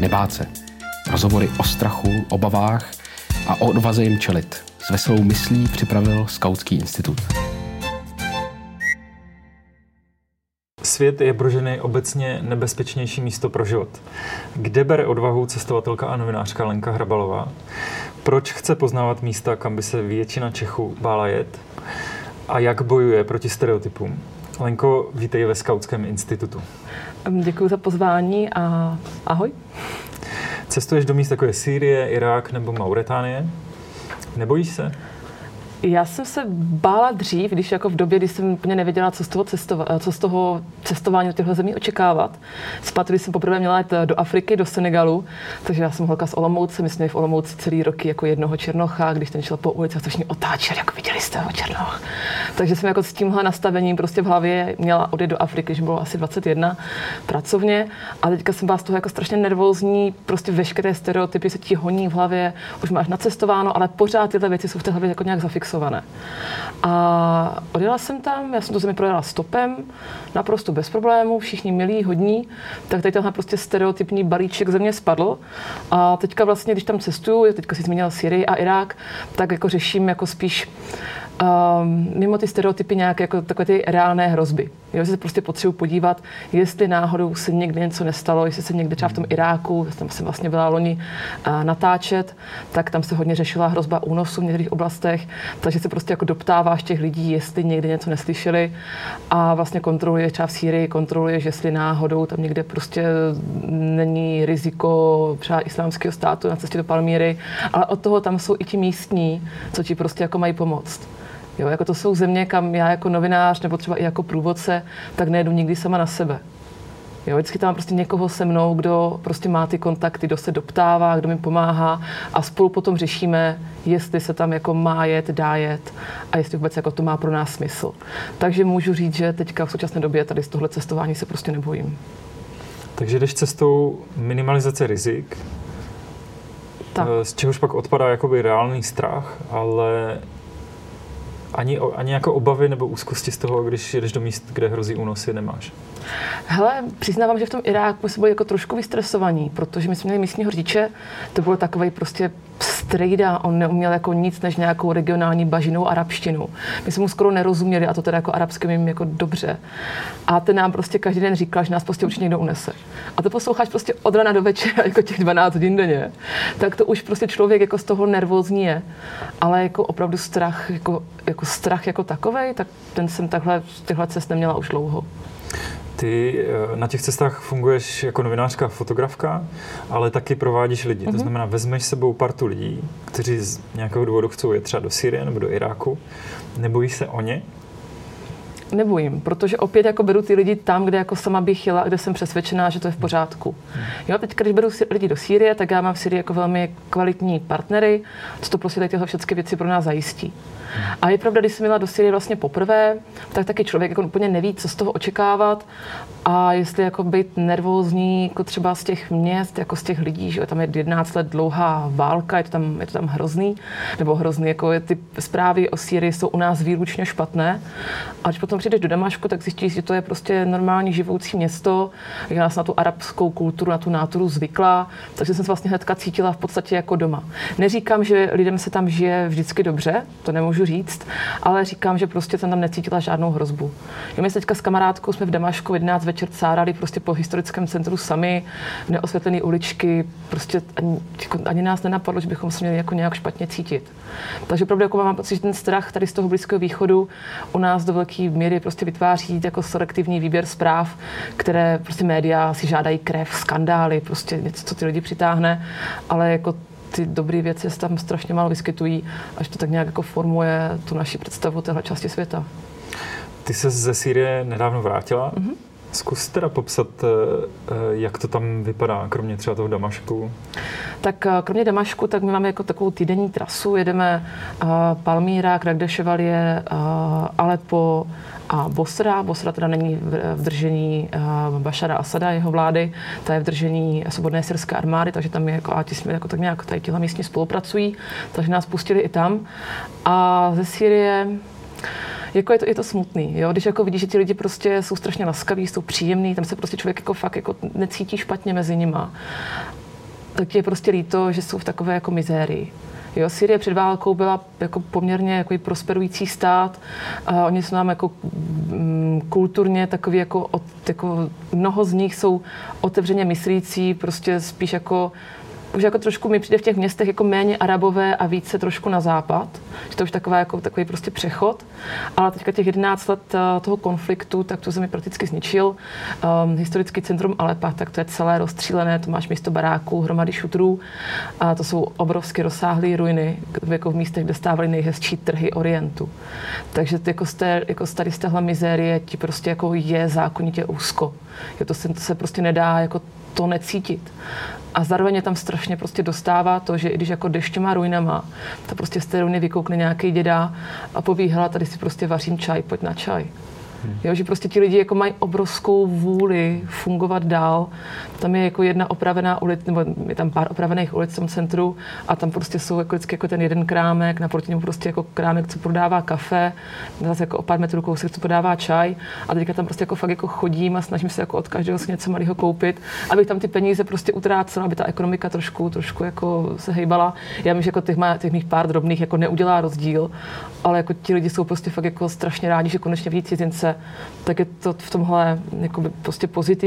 nebát se. Rozhovory o strachu, obavách a o odvaze jim čelit. S veselou myslí připravil Skautský institut. Svět je pro ženy obecně nebezpečnější místo pro život. Kde bere odvahu cestovatelka a novinářka Lenka Hrabalová? Proč chce poznávat místa, kam by se většina Čechů bála jet? A jak bojuje proti stereotypům? Lenko, vítej ve Skautském institutu. Děkuji za pozvání a ahoj. Cestuješ do míst jako je Sýrie, Irák nebo Mauritánie? Nebojíš se? Já jsem se bála dřív, když jako v době, kdy jsem úplně nevěděla, co z toho cestování do těchto zemí očekávat. Zpátky jsem poprvé měla jít do Afriky, do Senegalu, takže já jsem holka z Olomouce, my jsme v Olomouci celý roky jako jednoho černocha, když ten šel po ulici, tak všichni otáčeli, jako viděli jste ho černoch. Takže jsem jako s tímhle nastavením prostě v hlavě měla odjet do Afriky, že bylo asi 21 pracovně a teďka jsem byla z toho jako strašně nervózní, prostě veškeré stereotypy se ti honí v hlavě, už máš nacestováno, ale pořád tyhle věci jsou v té hlavě jako nějak zafixované. A odjela jsem tam, já jsem to zemi projela stopem, naprosto bez problémů, všichni milí, hodní, tak tady tenhle prostě stereotypní balíček ze mě spadl. A teďka vlastně, když tam cestuju, teďka si zmínila Sýrii a Irák, tak jako řeším jako spíš mimo ty stereotypy nějaké jako takové ty reálné hrozby. Jo, že se prostě potřebuji podívat, jestli náhodou se někdy něco nestalo, jestli se někde třeba v tom Iráku, tam jsem vlastně byla loni natáčet, tak tam se hodně řešila hrozba únosu v některých oblastech, takže se prostě jako doptáváš těch lidí, jestli někdy něco neslyšeli a vlastně kontroluje třeba v Sýrii, kontroluješ, jestli náhodou tam někde prostě není riziko třeba islámského státu na cestě do Palmíry, ale od toho tam jsou i ti místní, co ti prostě jako mají pomoct. Jo, jako to jsou země, kam já jako novinář nebo třeba i jako průvodce, tak nejedu nikdy sama na sebe. Jo, vždycky tam mám prostě někoho se mnou, kdo prostě má ty kontakty, kdo se doptává, kdo mi pomáhá a spolu potom řešíme, jestli se tam jako má jet, dá jet a jestli vůbec jako to má pro nás smysl. Takže můžu říct, že teďka v současné době tady z tohle cestování se prostě nebojím. Takže jdeš cestou minimalizace rizik, z čehož pak odpadá jakoby reálný strach, ale ani jako obavy nebo úzkosti z toho, když jedeš do míst, kde hrozí únosy, nemáš? Hele, přiznávám, že v tom Iráku jsme byli jako trošku vystresovaní, protože my jsme měli místního řidiče, to bylo takovej prostě strejda, on neuměl jako nic než nějakou regionální bažinou arabštinu. My jsme mu skoro nerozuměli a to teda jako arabsky mým jako dobře. A ten nám prostě každý den říkal, že nás prostě určitě někdo unese. A to posloucháš prostě od rana do večera, jako těch 12 hodin denně. Tak to už prostě člověk jako z toho nervózní je. Ale jako opravdu strach jako takovej, tak ten jsem těchto cest neměla už dlouho. Ty na těch cestách funguješ jako novinářka, fotografka, ale taky provádíš lidi. To znamená, vezmeš sebou partu lidí, kteří z nějakého důvodu chcou jet třeba do Sýrie nebo do Iráku. Nebojíš se o ně? Nebojím, protože opět jako beru ty lidi tam, kde jako sama bych jela, kde jsem přesvědčená, že to je v pořádku. Jo, teď, když beru lidi do Sýrie, tak já mám v Sýrii jako velmi kvalitní partnery, co to prostě tyhle všechny věci pro nás zajistí. A je pravda, když jsem jela do Sýrie vlastně poprvé, tak taky člověk jako úplně neví, co z toho očekávat a jestli jako být nervózní jako třeba z těch měst, jako z těch lidí, že tam je 11 let dlouhá válka, je to tam hrozný, jako ty zprávy o Sýrii jsou u nás výlučně špatné. A když potom přijdeš do Damašku, tak zjistíš, že to je prostě normální živoucí město, já jsem na tu arabskou kulturu, na tu náturu zvykla, takže jsem se vlastně hnedka cítila v podstatě jako doma. Neříkám, že lidem se tam žije vždycky dobře, to nemůžu říct, ale říkám, že prostě jsem tam necítila žádnou hrozbu. My teďka s kamarádkou jsme v Damašku v 11 večer cárali prostě po historickém centru sami, neosvětlené uličky, prostě ani nás nenapadlo, že bychom se měli jako nějak špatně cítit. Takže opravdu jako mám pocit, že ten strach tady z toho Blízkého východu u nás do velké míry prostě vytváří jako selektivní výběr zpráv, které prostě média si žádají krev, skandály, prostě něco, co ty lidi přitáhne, ale jako ty dobré věci se tam strašně málo vyskytují, až to tak nějak jako formuje tu naši představu o téhle části světa. Ty se ze Sýrie nedávno vrátila. Zkus teda popsat, jak to tam vypadá, kromě třeba toho Damašku. Tak kromě Damašku, tak my máme jako takovou týdenní trasu. Jedeme Palmíra, Krk Ševalie, Aleppo a Bosra. Bosra teda není v držení Bašara Asada, jeho vlády, ta je v držení svobodné syrské armády, takže tam je jako, a ti jsme jako tak nějak tady tihle místní spolupracují, takže nás pustili i tam. A ze Sýrie jako je to smutný, jo? Když jako vidíš, že ti lidi prostě jsou strašně laskaví, jsou příjemní, tam se prostě člověk jako fakt jako necítí špatně mezi nima. tak je prostě líto, že jsou v takové jako mizérii. Jo, Sýrie před válkou byla jako poměrně jako prosperující stát. A oni jsou nám jako kulturně takový jako mnoho z nich jsou otevřeně myslící, prostě spíš jako už jako trošku mi přijde v těch městech jako méně arabové a více trošku na západ. Že to už takový prostě přechod. Ale teďka těch 11 let toho konfliktu, tak tu zemi prakticky zničil. Historický centrum Alepa, tak to je celé rozstřílené, to máš místo baráků, hromady šutrů. A to jsou obrovsky rozsáhlé ruiny, jako v místech, kde stávaly nejhezčí trhy Orientu. Takže jako z téhle mizérie ti prostě jako je zákonitě úzko. To se prostě nedá jako to necítit. A zároveň je tam strašně prostě dostává to, že i když jako deštěma ruinama, to prostě z té ruiny vykoukne nějaký děda a poví, hele, tady si prostě vařím čaj, pojď na čaj. Jo, že prostě ti lidi jako mají obrovskou vůli fungovat dál. Tam je jako jedna opravená ulice, nebo je tam pár opravených ulic v tom centru a tam prostě jsou jako vždycky jako ten jeden krámek, naproti němu prostě jako krámek, co prodává kafe, zase jako o pár metrů kousek, co podává čaj a teďka tam prostě jako fakt jako chodím a snažím se jako od každého si něco malého koupit, abych tam ty peníze prostě utrácela, aby ta ekonomika trošku jako se hejbala. Já myslím, že jako těch mých pár drobných jako neudělá rozdíl, ale jako ti lidi jsou prostě fakt jako strašně rádi, že konečně vidí cizince. Tak je to v tomhle jakoby prostě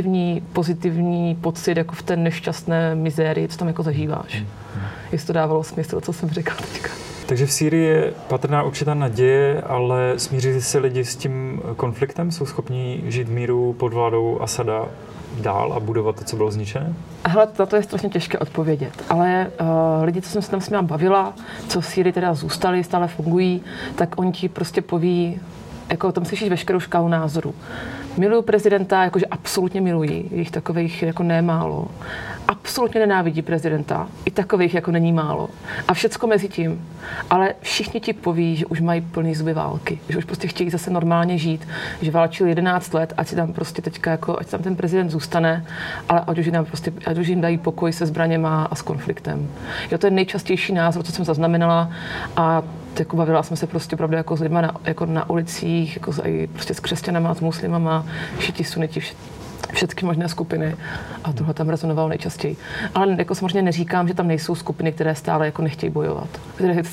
pozitivní pocit jako v té nešťastné mizérii, co tam jako zažíváš. Jestli to dávalo smysl, co jsem řekla teďka. Takže v Sýrii je patrná určitá naděje, ale smíří se lidi s tím konfliktem? Jsou schopni žít v míru pod vládou Asada dál a budovat to, co bylo zničené? Hele, na to je strašně těžké odpovědět, ale lidi, co jsem se tam s nimi bavila, co v Sýrii teda zůstali, stále fungují, tak oni ti prostě poví, jako tam slyšíš veškerou škálu názorů. Miluju prezidenta, jakože absolutně milují, jich takových jako nemálo. Absolutně nenávidí prezidenta, i takových jako není málo. A všecko mezi tím. Ale všichni ti poví, že už mají plný zuby války, že už prostě chtějí zase normálně žít, že válčili 11 let, ať si tam prostě teďka jako, ať tam ten prezident zůstane, ale ať už jim dají pokoj se zbraněma a s konfliktem. Jo, to je nejčastější názor, co jsem zaznamenala a jako bavila jsem se prostě opravdu jako s lidma jako na ulicích, jako prostě s křesťanama, s muslimama, šiti, suniti, všechny možné skupiny a tohle tam rezonovalo nejčastěji. Ale jako samozřejmě neříkám, že tam nejsou skupiny, které stále jako nechtějí bojovat, které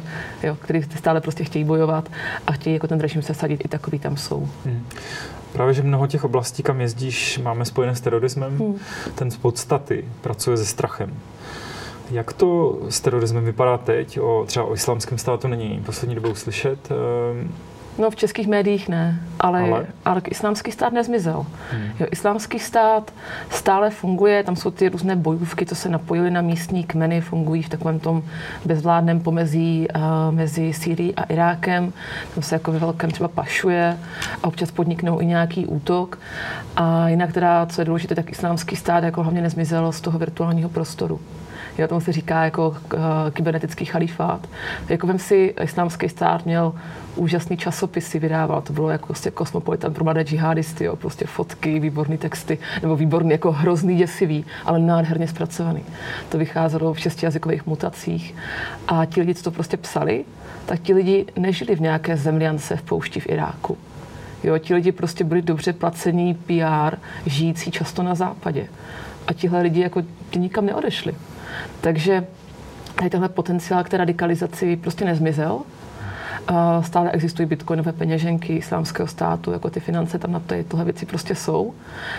stále prostě chtějí bojovat a chtějí jako ten režim se sadit, i takový tam jsou. Právě, že mnoho těch oblastí, kam jezdíš, máme spojené s terorismem, ten z podstaty pracuje se strachem. Jak to s terorismem vypadá teď? Třeba o Islámském státu není poslední dobou slyšet? No v českých médiích ne, ale Islámský stát nezmizel. Jo, Islámský stát stále funguje, tam jsou ty různé bojůvky, co se napojily na místní kmeny, fungují v takovém tom bezvládném pomezí mezi Sýrií a Irákem. Tam se jako ve velkém třeba pašuje a občas podniknou i nějaký útok. A jinak teda, co je důležité, tak Islámský stát jako hlavně nezmizel z toho virtuálního prostoru. Jo, tomu se říká jako kybernetický chalífát. Jako vem si, Islámský stát měl úžasný časopisy, vydával, to bylo jako prostě Cosmopolitan pro mladé džihadisty, jo, prostě fotky, výborný texty, nebo výborný, jako hrozný, děsivý, ale nádherně zpracovaný. To vycházelo v 6 jazykových mutacích a ti lidi, co to prostě psali, tak ti lidi nežili v nějaké zemljance v poušti v Iráku. Jo, ti lidi prostě byli dobře placení PR, žijící často na západě. A tihle lidi jako nikam neodešli. Takže tady tenhle potenciál k té radikalizaci prostě nezmizel. Stále existují bitcoinové peněženky Islámského státu, jako ty finance tam na tyhle věci prostě jsou.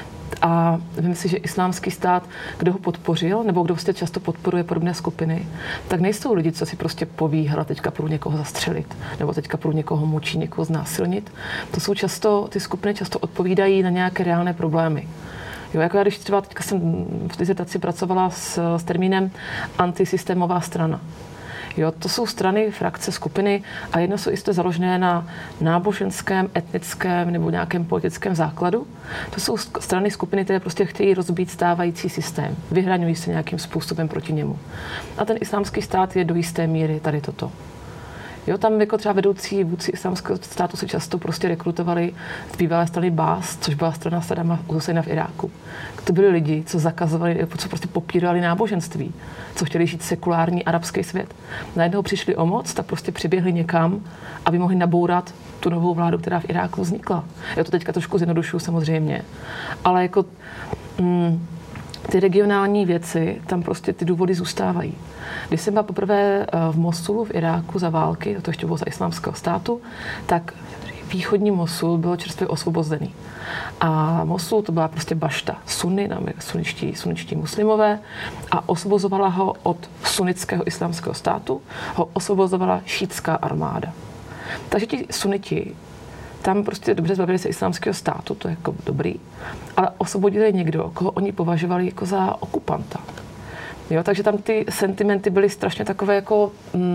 A vím si, že Islámský stát, kdo ho podpořil, nebo kdo prostě často podporuje podobné skupiny, tak nejsou lidi, co si prostě poví, hele, teďka půjdu někoho zastřelit, nebo teďka půjdu někoho mučit, někoho znásilnit. To jsou často, ty skupiny často odpovídají na nějaké reálné problémy. Jo, jako já když třeba teďka jsem v dizertaci pracovala s termínem antisystémová strana. Jo, to jsou strany, frakce, skupiny a jedno jsou jistě založené na náboženském, etnickém nebo nějakém politickém základu. To jsou strany, skupiny, které prostě chtějí rozbít stávající systém. Vyhraňují se nějakým způsobem proti němu. A ten Islámský stát je do jisté míry tady toto. Jo, tam jako třeba vedoucí vůdci Islámského státu se často prostě rekrutovali z bývalé strany Bás, což byla strana Saddama Husajna v Iráku. To byli lidi, co zakazovali, co prostě popírali náboženství, co chtěli žít sekulární arabský svět. Najednou přišli o moc, tak prostě přiběhli někam, aby mohli nabourat tu novou vládu, která v Iráku vznikla. Já to teďka trošku zjednodušuju samozřejmě, ale jako ty regionální věci, tam prostě ty důvody zůstávají. Když jsem byla poprvé v Mosulu v Iráku za války, to ještě bylo za Islámského státu, tak východní Mosul byl čerstvě osvobozený. A Mosul to byla prostě bašta sunny, suničtí muslimové, a osvobozovala ho od sunnického islámského státu, ho osvobozovala šítská armáda. Takže ti sunniti tam prostě dobře zbavili se islámského státu, to je jako dobrý, ale osvobodili někdo, koho oni považovali jako za okupanta. Jo, takže tam ty sentimenty byly strašně takové jako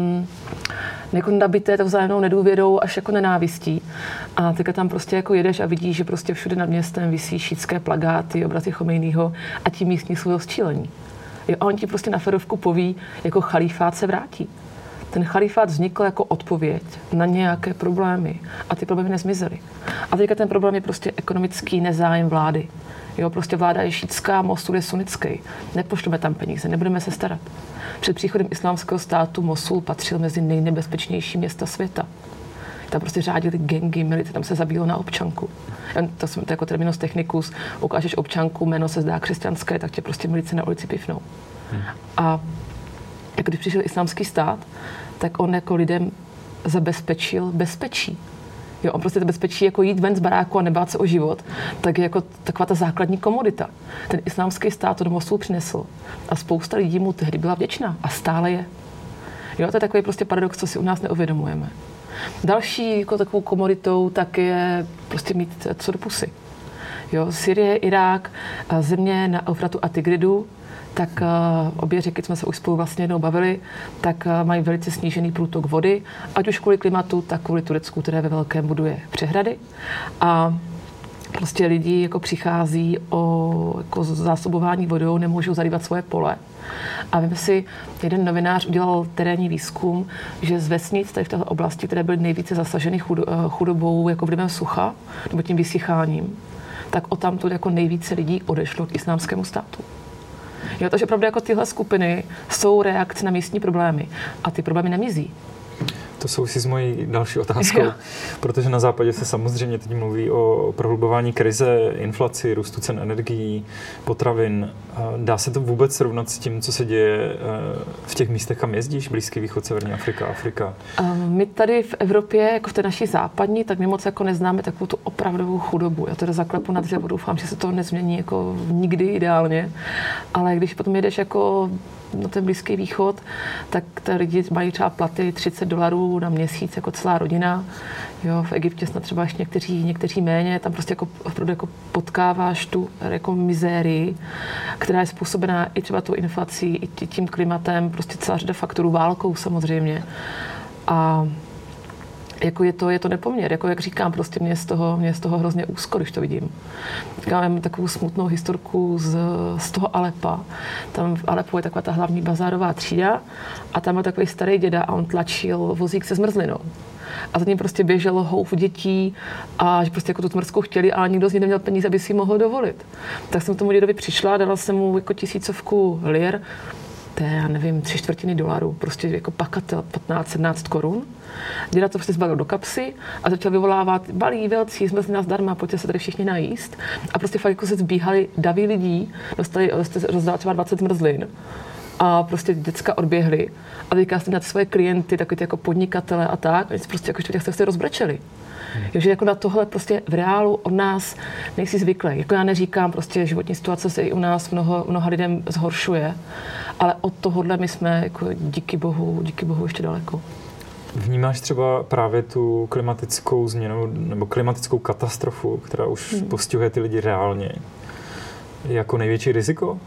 nabité to vzájemnou nedůvěrou až jako nenávistí. A teďka tam prostě jako jedeš a vidíš, že prostě všude nad městem visí šítské plakáty, obrazy Chomejnýho a ti místní jsou rozčílení. Jo, a on ti prostě na ferovku poví, jako chalífát se vrátí. Ten chalífát vznikl jako odpověď na nějaké problémy a ty problémy nezmizely. A teďka ten problém je prostě ekonomický nezájem vlády. Jo, prostě vláda je šítská, Mosul je sunnický. Nepošleme tam peníze, nebudeme se starat. Před příchodem islámského státu Mosul patřil mezi nejnebezpečnější města světa. Tam prostě řádili gangy, milice, tam se zabíjelo na občanku. To je jako terminus technicus, ukážeš občanku, jméno se zdá křesťanské, tak tě prostě milice na ulici pifnou. A jako když přišel islámský stát, tak on jako lidem zabezpečil bezpečí. Jo, on prostě to bezpečí jako jít ven z baráku a nebát se o život, tak je jako taková ta základní komodita. Ten islámský stát to do Mosulu přinesl a spousta lidí mu tehdy byla vděčná a stále je. Jo, to je takový prostě paradox, co si u nás neuvědomujeme. Další jako takovou komoditou tak je prostě mít co do pusy. Jo, Syrie, Irák, země na Eufratu a Tigridu, tak obě řeky, jsme se už spolu vlastně jednou bavili, tak mají velice snížený průtok vody, ať už kvůli klimatu, tak kvůli Turecku, které ve velkém buduje přehrady. A prostě lidi jako přichází o jako zásobování vodou, nemůžou zalívat svoje pole. A vím si, jeden novinář udělal terénní výzkum, že z vesnic tady v této oblasti, které byly nejvíce zasaženy chudobou jako vlivem sucha, nebo tím vysycháním, tak odtamtud jako nejvíce lidí odešlo k islámskému státu. Jo, takže opravdu jako tyhle skupiny jsou reakce na místní problémy a ty problémy nemizí. To souvisí s mojí další otázkou, protože na západě se samozřejmě teď mluví o prohlubování krize, inflaci, růstu cen energií, potravin. Dá se to vůbec srovnat s tím, co se děje v těch místech, kam jezdíš? Blízký východ, Severní Afrika? My tady v Evropě, jako v té naší západní, tak my moc jako neznáme takovou tu opravdovou chudobu. Já teda zaklepu na dřevo, doufám, že se to nezmění jako nikdy ideálně, ale když potom jedeš jako na ten Blízký východ, tak ty lidi mají třeba platy $30 na měsíc, jako celá rodina. Jo, v Egyptě snad třeba ještě někteří méně. Tam prostě jako potkáváš tu jako mizérii, která je způsobená i třeba tou inflací, i tím klimatem, prostě celá řada faktorů, válkou samozřejmě. A jako je to nepoměr, jako jak říkám, prostě mě je z toho hrozně úzko, když to vidím. Mám takovou smutnou historku z toho Alepa. Tam v Alepu je taková ta hlavní bazárová třída a tam byl takový starý děda a on tlačil vozík se zmrzlinou. A za ním prostě běželo houf dětí a že prostě jako tu zmrzku chtěli, ale nikdo z nich neměl peníze, aby si ji mohl dovolit. Tak jsem tomu dědovi přišla, dala jsem mu jako 1000 lir, to je, já nevím, $0,75, prostě jako pakatel 15-17 korun. Děda to prostě zbalil do kapsy a začal vyvolávat balí, velcí, zmrzlina zdarma, pojďte se tady všichni najíst. A prostě fakt jako se zbíhali davy lidí, rozdali třeba 20 zmrzlin. A prostě děcka odběhly. A teďka jste na svoje klienty, takový ty jako podnikatele a tak, a prostě jako těch se rozbrečeli. Takže jako na tohle prostě v reálu od nás nejsi zvyklý. Jako já neříkám, prostě životní situace se i u nás mnoha lidem zhoršuje, ale od tohohle my jsme jako díky bohu ještě daleko. Vnímáš třeba právě tu klimatickou změnu nebo klimatickou katastrofu, která už postihuje ty lidi reálně, jako největší riziko?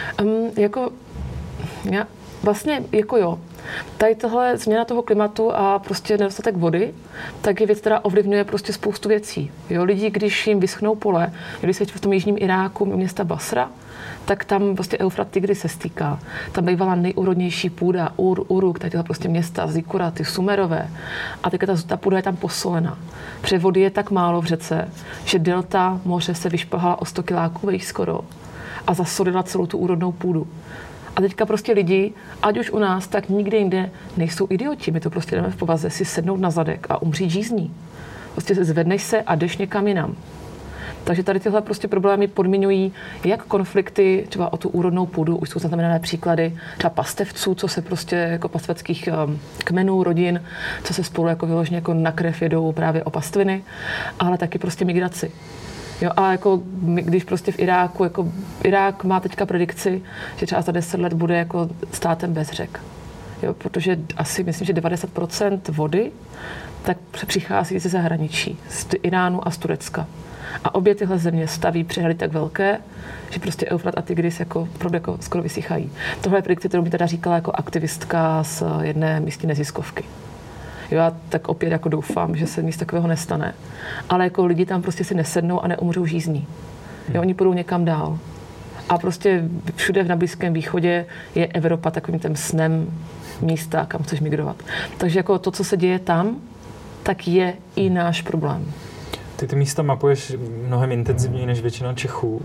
Vlastně jako jo. Tady tohle změna toho klimatu a prostě nedostatek vody, tak je věc, která ovlivňuje prostě spoustu věcí. Jo, lidi, když jim vyschnou pole, když se v tom jižním Iráku města Basra, tak tam prostě Eufrat Tigris se stýká. Tam bývala nejúrodnější půda, Uruk, tady prostě města, Zikura, ty Sumerové. A teďka ta půda je tam posolená. Protože vody je tak málo v řece, že delta moře se vyšplhala o 100 kiláků vejš skoro a zasolila celou tu úrodnou půdu. A teďka prostě lidi, ať už u nás, tak nikde jinde nejsou idioti. My to prostě jdeme v povaze si sednout na zadek a umřít žízní. Prostě zvedneš se a jdeš někam jinam. Takže tady tyhle prostě problémy podmiňují jak konflikty třeba o tu úrodnou půdu, už jsou zaznamenané příklady třeba pastevců, co se prostě jako pasteveckých kmenů, rodin, co se spolu jako vyloženě jako na krev jedou právě o pastviny, ale taky prostě migraci. Jo, a jako když prostě v Iráku, jako Irák má teďka predikci, že třeba za 10 let bude jako státem bez řek. Jo, protože asi myslím, že 90% vody tak přichází ze zahraničí, z Iránu a z Turecka. A obě tyhle země staví přehrady tak velké, že prostě Eufrat a Tigris jako skoro vysychají. Tohle je predikce, kterou mi teda říkala jako aktivistka z jedné místní neziskovky. Jo, já tak opět jako doufám, že se nic takového nestane. Ale jako lidi tam prostě si nesednou a neumřou žízní. Jo, oni půjdou někam dál. A prostě všude na Blízkém východě je Evropa takovým tím snem místa, kam chceš migrovat. Takže jako to, co se děje tam, tak je i náš problém. Ty místa mapuješ mnohem intenzivněji než většina Čechů.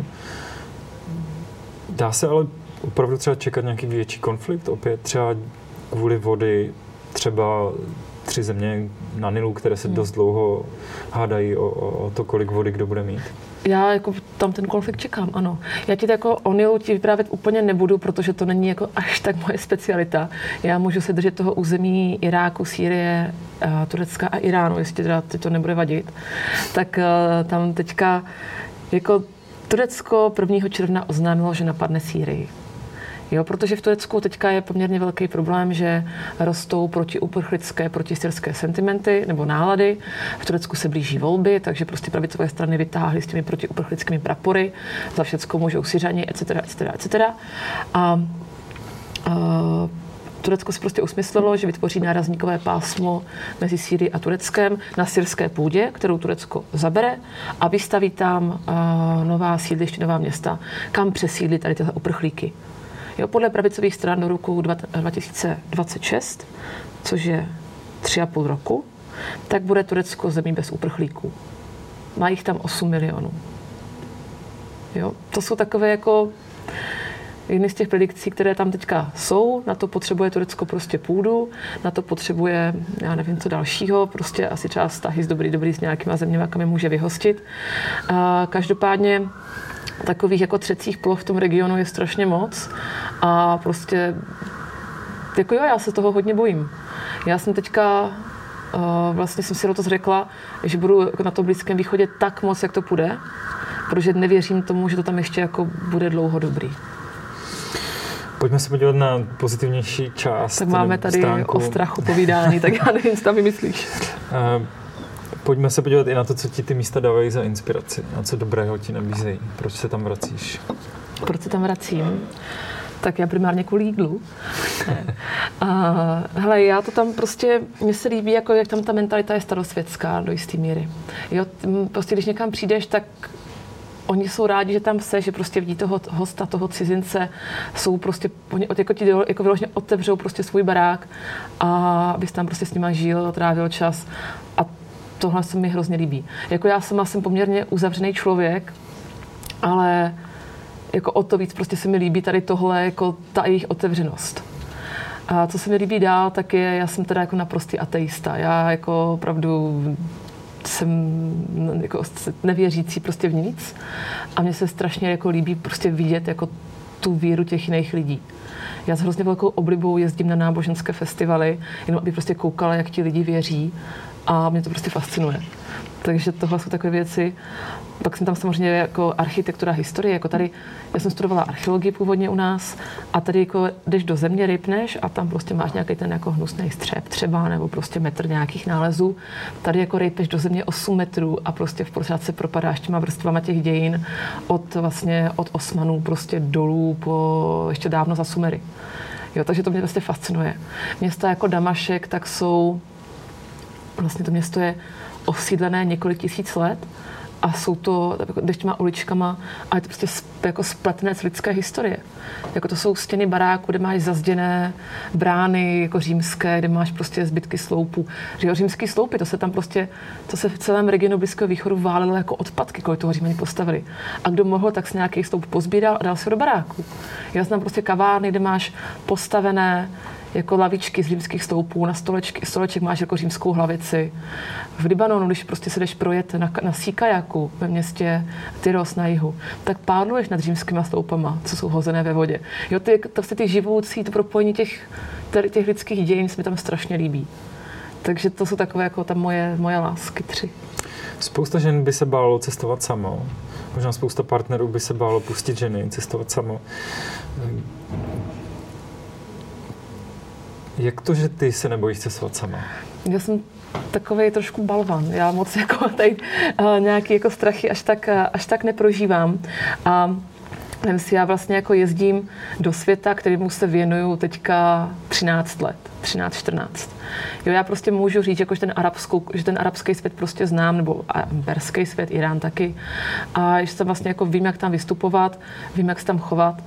Dá se ale opravdu třeba čekat nějaký větší konflikt? Opět třeba kvůli vody, třeba 3 země na Nilu, které se dost dlouho hádají o to, kolik vody kdo bude mít. Já jako tam ten konflikt čekám, ano. Já ti jako o Nilu ti vyprávět úplně nebudu, protože to není jako až tak moje specialita. Já můžu se držet toho území Iráku, Sýrie, Turecka a Iránu, jestli teda to nebude vadit. Tak tam teďka jako Turecko 1. června oznámilo, že napadne Sýrii. Jo, protože v Turecku teďka je poměrně velký problém, že rostou protiuprchlické, protisyrské sentimenty nebo nálady. V Turecku se blíží volby, takže prostě pravicové strany vytáhly s těmi protiuprchlickými prapory. Za všecko můžou Syřani, etc. A Turecko si prostě usmyslelo, že vytvoří nárazníkové pásmo mezi Sýrií a Tureckem na syrské půdě, kterou Turecko zabere a vystaví tam nová sídliště, nová města, kam přesídlí tady tyhle uprchlíky. Jo, podle pravicových stran do roku 2026, což je 3,5 roku, tak bude Turecko zemí bez uprchlíků. Má jich tam 8 milionů. Jo, to jsou takové jako jedny z těch predikcí, které tam teďka jsou. Na to potřebuje Turecko prostě půdu, na to potřebuje, já nevím, co dalšího, prostě asi třeba vztahy dobrý s nějakýma zeměma, kam je může vyhostit. A každopádně takových jako třecích ploch v tom regionu je strašně moc a prostě jako jo, já se toho hodně bojím. Já jsem teďka vlastně jsem si to řekla, že budu na tom Blízkém východě tak moc, jak to půjde, protože nevěřím tomu, že to tam ještě jako bude dlouho dobrý. Pojďme se podívat na pozitivnější část. Tak máme tady stránku o strachu povídání, tak já nevím, co tam vymyslíš. Pojďme se podívat i na to, co ti ty místa dávají za inspiraci a co dobrého ti nabízejí. Proč se tam vracíš? Proč se tam vracím? Tak já primárně kvůli jídlu. Hele, já to tam prostě, mně se líbí, jako jak tam ta mentalita je starosvětská do jisté míry. Jo, prostě když někam přijdeš, tak oni jsou rádi, že tam jsi, že prostě vidí toho hosta, toho cizince, jsou prostě, oni jako ti jako vyloženě otevřou prostě svůj barák a abys tam prostě s nima žil, trávil čas a tohle se mi hrozně líbí. Jako já sama jsem poměrně uzavřený člověk, ale jako o to víc prostě se mi líbí tady tohle, jako ta jejich otevřenost. A co se mi líbí dál, tak je, já jsem teda jako naprostý ateista. Já jako opravdu jsem jako nevěřící prostě v nic a mně se strašně jako líbí prostě vidět jako tu víru těch jiných lidí. Já s hrozně velkou oblibou jezdím na náboženské festivaly, jenom aby prostě koukala, jak ti lidi věří a mě to prostě fascinuje. Takže tohle jsou takové věci. Pak jsem tam samozřejmě jako architektura, historie, jako tady, já jsem studovala archeologii původně u nás a tady jako jdeš do země, rypneš a tam prostě máš nějaký ten jako hnusný střep třeba nebo prostě metr nějakých nálezů. Tady jako rypeš do země 8 metrů a prostě v pořád se propadáš těma vrstvama těch dějin od Osmanů prostě dolů po ještě dávno za Sumery. Jo, takže to mě vlastně fascinuje. Města jako Damašek, tak jsou, vlastně to město je osídlené několik tisíc let a jsou to jdeš těma uličkama a je to prostě jako spletenec lidské historie. Jako to jsou stěny baráku, kde máš zazděné brány jako římské, kde máš prostě zbytky sloupů. Římský sloupy, to se v celém regionu Blízkého východu válelo jako odpadky, kolik toho Římani postavili. A kdo mohl, tak si nějaký sloup pozbíral a dal si ho do baráku. Já znám prostě kavárny, kde máš postavené jako lavičky z římských stoupů, na stoleček máš jako římskou hlavici. V Libanonu, když prostě se jdeš projet na kajaku ve městě Tyros na jihu, tak pádluješ nad římskýma stoupama, co jsou hozené ve vodě. Jo, ty živoucí, to propojení těch lidských dějin se mi tam strašně líbí. Takže to jsou takové jako tam moje lásky 3. Spousta žen by se bálo cestovat samo. Možná spousta partnerů by se bálo pustit ženy cestovat samo. Jak to, že ty se nebojíš cestovat sama? Já jsem takovej trošku balvan. Já moc jako tady nějaký jako strachy až tak neprožívám. A nevím si, já vlastně jako jezdím do světa, kterému se věnuju teďka 13 let. 13-14. Jo, já prostě můžu říct, jako, že ten arabský svět prostě znám, nebo perský svět, Irán taky. A že jsem vlastně jako vím, jak tam vystupovat, vím, jak se tam chovat.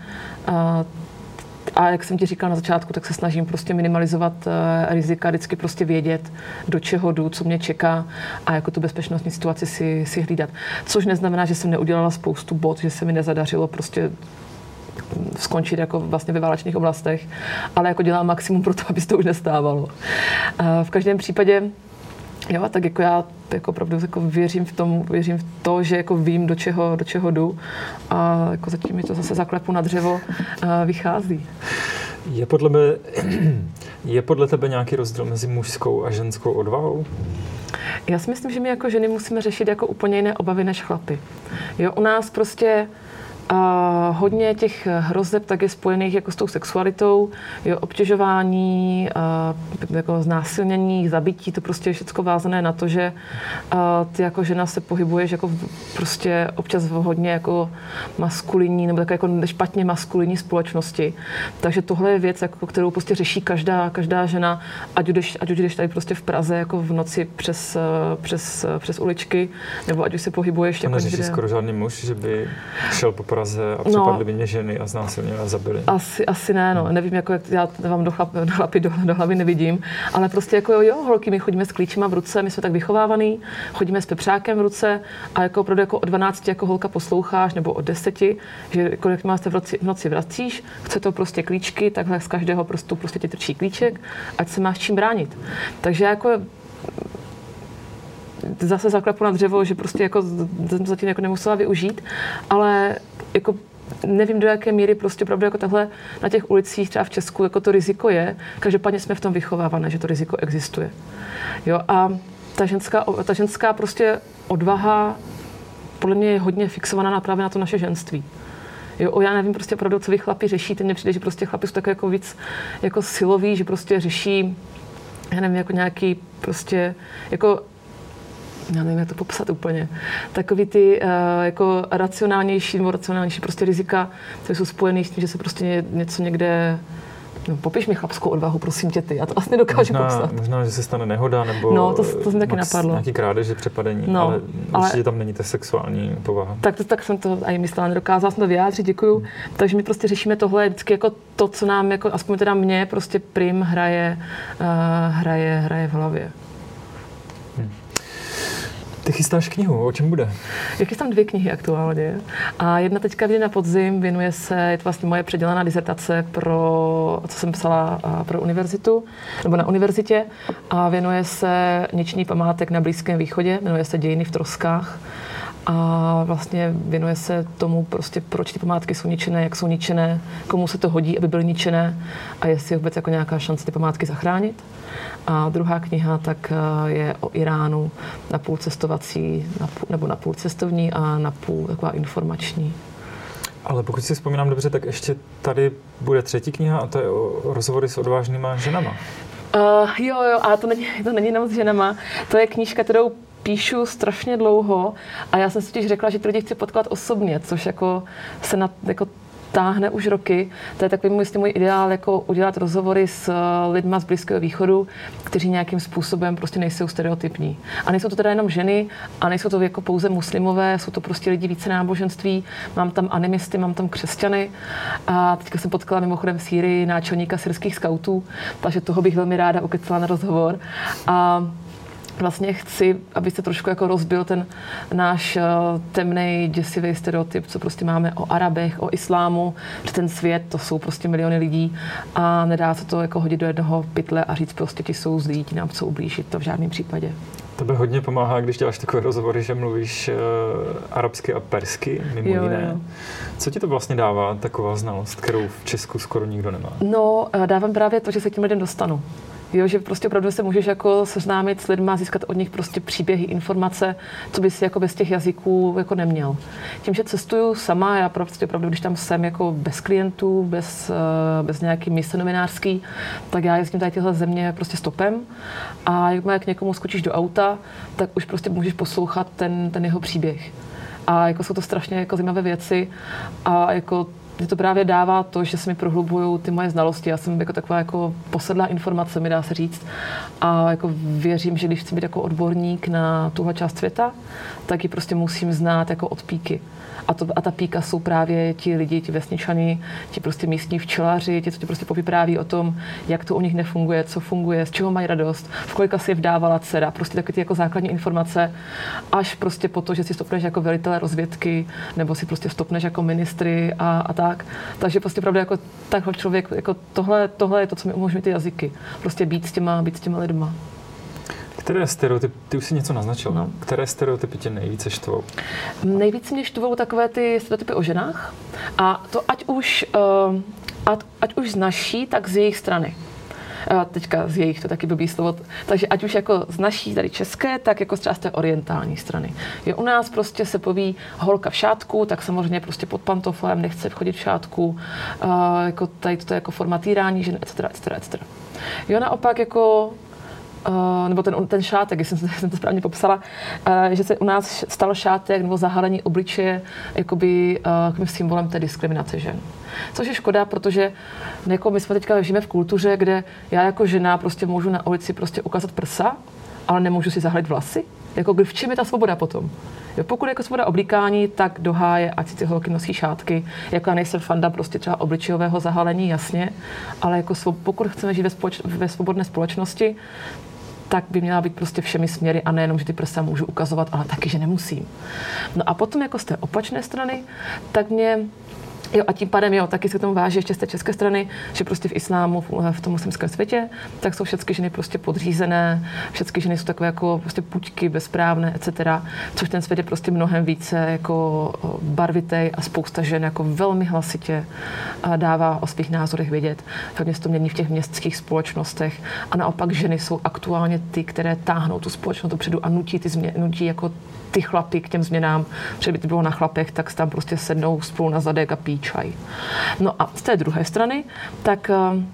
A jak jsem ti říkala na začátku, tak se snažím prostě minimalizovat rizika, vždycky prostě vědět, do čeho jdu, co mě čeká a jako tu bezpečnostní situaci si hlídat. Což neznamená, že jsem neudělala spoustu bod, že se mi nezadařilo prostě skončit jako vlastně ve válečných oblastech, ale jako dělám maximum pro to, aby se to už nestávalo. V každém případě, jo, tak jako já jako opravdu jako věřím v to, že jako vím, do čeho jdu a jako zatím mi to zase zaklepu na dřevo vychází. Je podle tebe nějaký rozdíl mezi mužskou a ženskou odvahou? Já si myslím, že my jako ženy musíme řešit jako úplně jiné obavy než chlapy. Jo, u nás prostě hodně těch hrozeb tak je spojených jako s tou sexualitou, jo, obtěžování, jako znásilnění, zabití, to prostě je všechno vázané na to, že ty jako žena se pohybuješ jako prostě občas v hodně jako maskulinní nebo tak jako špatně maskulinní společnosti. Takže tohle je věc, jako, kterou prostě řeší každá žena, ať jdeš tady prostě v Praze jako v noci přes uličky, nebo ať už se pohybuješ to jako neřeší skoro žádný muž, že by šel po Praze a připadly by mě ženy a znásilnili a zabili. Asi ne, no. Nevím, jako jak já vám do hlavy nevidím, ale prostě jako jo, holky, my chodíme s klíčima v ruce, my jsme tak vychovávaný, chodíme s pepřákem v ruce a jako opravdu jako od 12 jako holka posloucháš, nebo od 10, že jako jak máte v noci vracíš, chce to prostě klíčky, takhle z každého prstu prostě ti trčí klíček, ať se máš čím bránit. Takže jako zase zaklepu na dřevo, že prostě jako zatím jako nemusela využít, ale jako nevím, do jaké míry prostě opravdu jako takhle na těch ulicích třeba v Česku jako to riziko je. Každopádně jsme v tom vychovávané, že to riziko existuje. Jo, a ta ženská prostě odvaha podle mě je hodně fixovaná právě na to naše ženství. Jo, já nevím prostě opravdu, co vy chlapi řešíte. Mně přijde, že prostě chlapi jsou tak jako víc jako siloví, že prostě řeší, já nevím, jako nějaký prostě jako já nevím, jak to popsat úplně. Takový ty jako racionálnější prostě rizika, které jsou spojené s tím, že se prostě něco někde... No, popiš mi chlapskou odvahu, prosím tě ty. Já to asi nedokážu popsat. Možná, že se stane nehoda, nebo no, to mi taky napadlo. Nějaký krádeže, přepadení, no, ale určitě tam není ta sexuální povaha. Tak jsem to i myslela, nedokázala jsem to vyjádřit, děkuju. Takže my prostě řešíme tohle vždycky jako to, co nám, jako, aspoň teda mě, prostě prim hraje v hlavě. Ty chystáš knihu, o čem bude? Já chystám 2 knihy aktuálně. A jedna teďka vyjde na podzim, věnuje se, je to vlastně moje předělaná disertace co jsem psala pro univerzitu, nebo na univerzitě, a věnuje se ničení památek na Blízkém východě, jmenuje se Dějiny v troskách. A vlastně věnuje se tomu prostě, proč ty památky jsou ničené, jak jsou ničené, komu se to hodí, aby byly ničené a jestli je vůbec jako nějaká šance ty památky zachránit. A druhá kniha tak je o Iránu, napůl cestovací, nebo napůl cestovní a napůl taková informační. Ale pokud si vzpomínám dobře, tak ještě tady bude 3. kniha a to je o rozhovory s odvážnýma ženama. Jo, a to není jenom s ženama. To je knížka, kterou píšu strašně dlouho a já jsem si totiž řekla, že ty lidi chci potkat osobně, což jako se jako táhne už roky. To je takový můj ideál, jako udělat rozhovory s lidma z Blízkého východu, kteří nějakým způsobem prostě nejsou stereotypní. A nejsou to teda jenom ženy, a nejsou to jako pouze muslimové, jsou to prostě lidi více náboženství. Mám tam animisty, mám tam křesťany. A teďka jsem potkala mimochodem v Sýrii náčelníka syrských skautů, takže toho bych velmi ráda ukecala na rozhovor. A vlastně chci, aby se trošku jako rozbil ten náš temnej, děsivý stereotyp, co prostě máme o Arabech, o islámu, že ten svět, to jsou prostě miliony lidí a nedá se to jako hodit do jednoho pytle a říct prostě, ti jsou zlí, ti nám chcou ublížit, to v žádném případě. Tebe hodně pomáhá, když děláš takové rozhovory, že mluvíš arabsky a persky, mimo jiné. Jo. Co ti to vlastně dává, taková znalost, kterou v Česku skoro nikdo nemá? No, dávám právě to, že se k těm lidem dostanu. Jo, že prostě opravdu se můžeš jako seznámit s lidma, získat od nich prostě příběhy, informace, co bys jako bez těch jazyků jako neměl. Tím, že cestuju sama, já prostě opravdu, když tam jsem jako bez klientů, bez nějaký mise novinářský, tak já jezdím tady tyhle země prostě stopem a jak k někomu skočíš do auta, tak už prostě můžeš poslouchat ten jeho příběh. A jako jsou to strašně jako zajímavé věci a jako mě to právě dává to, že se mi prohlubují ty moje znalosti. Já jsem jako taková jako posedlá informace, mi dá se říct. A jako věřím, že když chci být jako odborník na tuhle část světa, tak ji prostě musím znát jako od píky. A ta píka jsou právě ti lidi, ti vesničani, ti prostě místní včelaři, ti, co ti prostě povypráví o tom, jak to u nich nefunguje, co funguje, z čeho mají radost, v kolika si je vdávala dcera, prostě takové ty jako základní informace, až prostě po to, že si stopneš jako velitele rozvědky, nebo si prostě stopneš jako ministry a tak. Takže prostě pravda jako takhle člověk, jako tohle je to, co mi umožňuje ty jazyky. Prostě být s těma lidma. Které stereotypy, ty už si něco naznačil, no. Které stereotypy tě nejvíce štvou? Nejvíce mě štvou takové ty stereotypy o ženách a to ať už z naší, tak z jejich strany. Teďka z jejich, to taky blbý slovo. Takže ať už jako z naší tady české, tak jako třeba z té orientální strany. Je u nás prostě se poví holka v šátku, tak samozřejmě prostě pod pantoflem, nechce chodit v šátku, jako tady to je jako forma týrání žen, etc. Jo, naopak jako nebo ten šátek, jestli jsem to správně popsala, že se u nás stal šátek nebo zahalení obličeje jakoby symbolem té diskriminace žen. Což je škoda, protože jako my jsme teďka žijeme v kultuře, kde já jako žena prostě můžu na ulici prostě ukázat prsa, ale nemůžu si zahalit vlasy. Jako v čem je ta svoboda potom? Jo, pokud jako svoboda oblíkání, tak do háje, ať si ty holky nosí šátky. Jako já nejsem fanda prostě třeba obličejového zahalení, jasně, ale jako pokud chceme žít ve svobodné společnosti, tak by měla být prostě všemi směry a nejenom, že ty prsa můžu ukazovat, ale taky, že nemusím. No a potom jako z té opačné strany, tak mě jo, a tím pádem, jo, taky se k tomu váží ještě z té české strany, že prostě v islámu, v tom muslimském světě, tak jsou všechny ženy prostě podřízené, všechny ženy jsou takové jako prostě puťky, bezprávné, etc. Což ten svět je prostě mnohem více jako barvitej a spousta žen jako velmi hlasitě dává o svých názorech vědět. Hlavně se to mění v těch městských společnostech a naopak ženy jsou aktuálně ty, které táhnou tu společnost dopředu a nutí jako ty chlapy k těm změnám, protože by to bylo na chlapech, tak tam prostě sednou spolu na zadek a pijí čaj. No a z té druhé strany, tak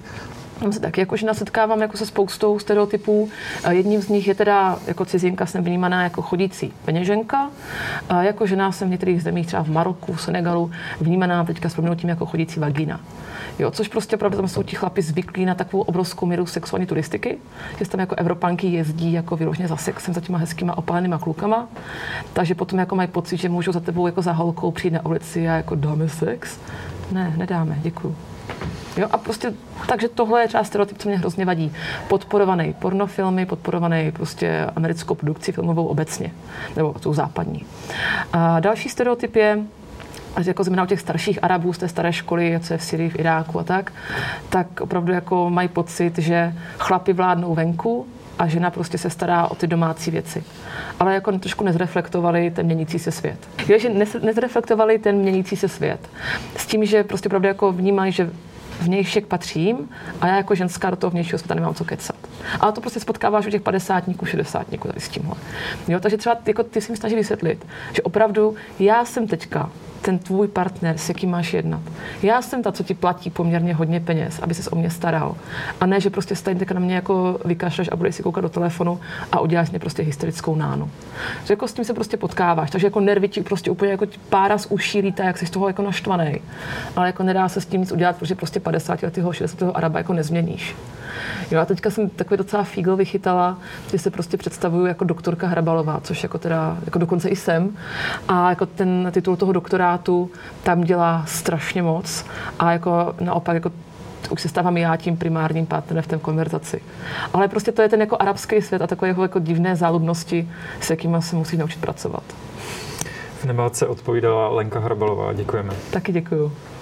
se taky jako žena setkávám jako se spoustou stereotypů. Jedním z nich je teda jako cizinka jsem vnímaná jako chodící peněženka. Jako žena jsem v některých zemích, třeba v Maroku, v Senegalu, vnímaná teďka s proměnutím jako chodící vagína. Jo, což prostě opravdu tam jsou ti chlapi zvyklí na takovou obrovskou míru sexuální turistiky, že tam jako Evropanky jezdí jako vyloženě za sexem, za těma hezkýma opalenýma klukama. Takže potom jako mají pocit, že můžou za tebou jako za holkou přijít na ulici a jako dáme sex. Ne, nedáme, děkuju. Jo, a prostě, takže tohle je třeba stereotyp, co mě hrozně vadí. Podporovaný pornofilmy, podporovaný prostě americkou produkci filmovou obecně, nebo tou západní. A další stereotyp je, jako zejména u těch starších Arabů z té staré školy, co je v Syrii, v Iráku a tak opravdu jako mají pocit, že chlapi vládnou venku a žena prostě se stará o ty domácí věci. Ale jako trošku nezreflektovali ten měnící se svět. Jo, že nezreflektovali ten měnící se svět. S tím, že prostě opravdu jako vnímají, že vnějšek patřím a já jako ženská do toho vnějšího světa nemám co kecat. Ale to prostě spotkáváš u těch 50, 60 tady s tímhle. Jo, takže třeba jako ty si mi snaží vysvětlit, že opravdu já jsem teďka ten tvůj partner, s jakým máš jednat. Já jsem ta, co ti platí poměrně hodně peněz, aby ses o mě staral. A ne, že prostě stejně na mě jako vykašleš a budeš si koukat do telefonu a uděláš mě prostě hysterickou nánu. Že jako s tím se prostě potkáváš, takže jako nervy ti prostě úplně jako pára z uší lítá, jak jsi z toho jako naštvaný. Ale jako nedá se s tím nic udělat, protože prostě 50letého, 60letého Araba jako nezměníš. Jo, a teďka jsem takový docela fígl vychytala, že se prostě představuju jako doktorka Hrabalová, což jako teda, jako dokonce i jsem. A jako ten titul toho doktorátu tam dělá strašně moc. A jako naopak jako už se stávám já tím primárním partnerem v té konverzaci. Ale prostě to je ten jako arabský svět a takové jeho jako divné záludnosti, s jakými se musí naučit pracovat. V Nemátce odpovídala Lenka Hrabalová. Děkujeme. Taky děkuju.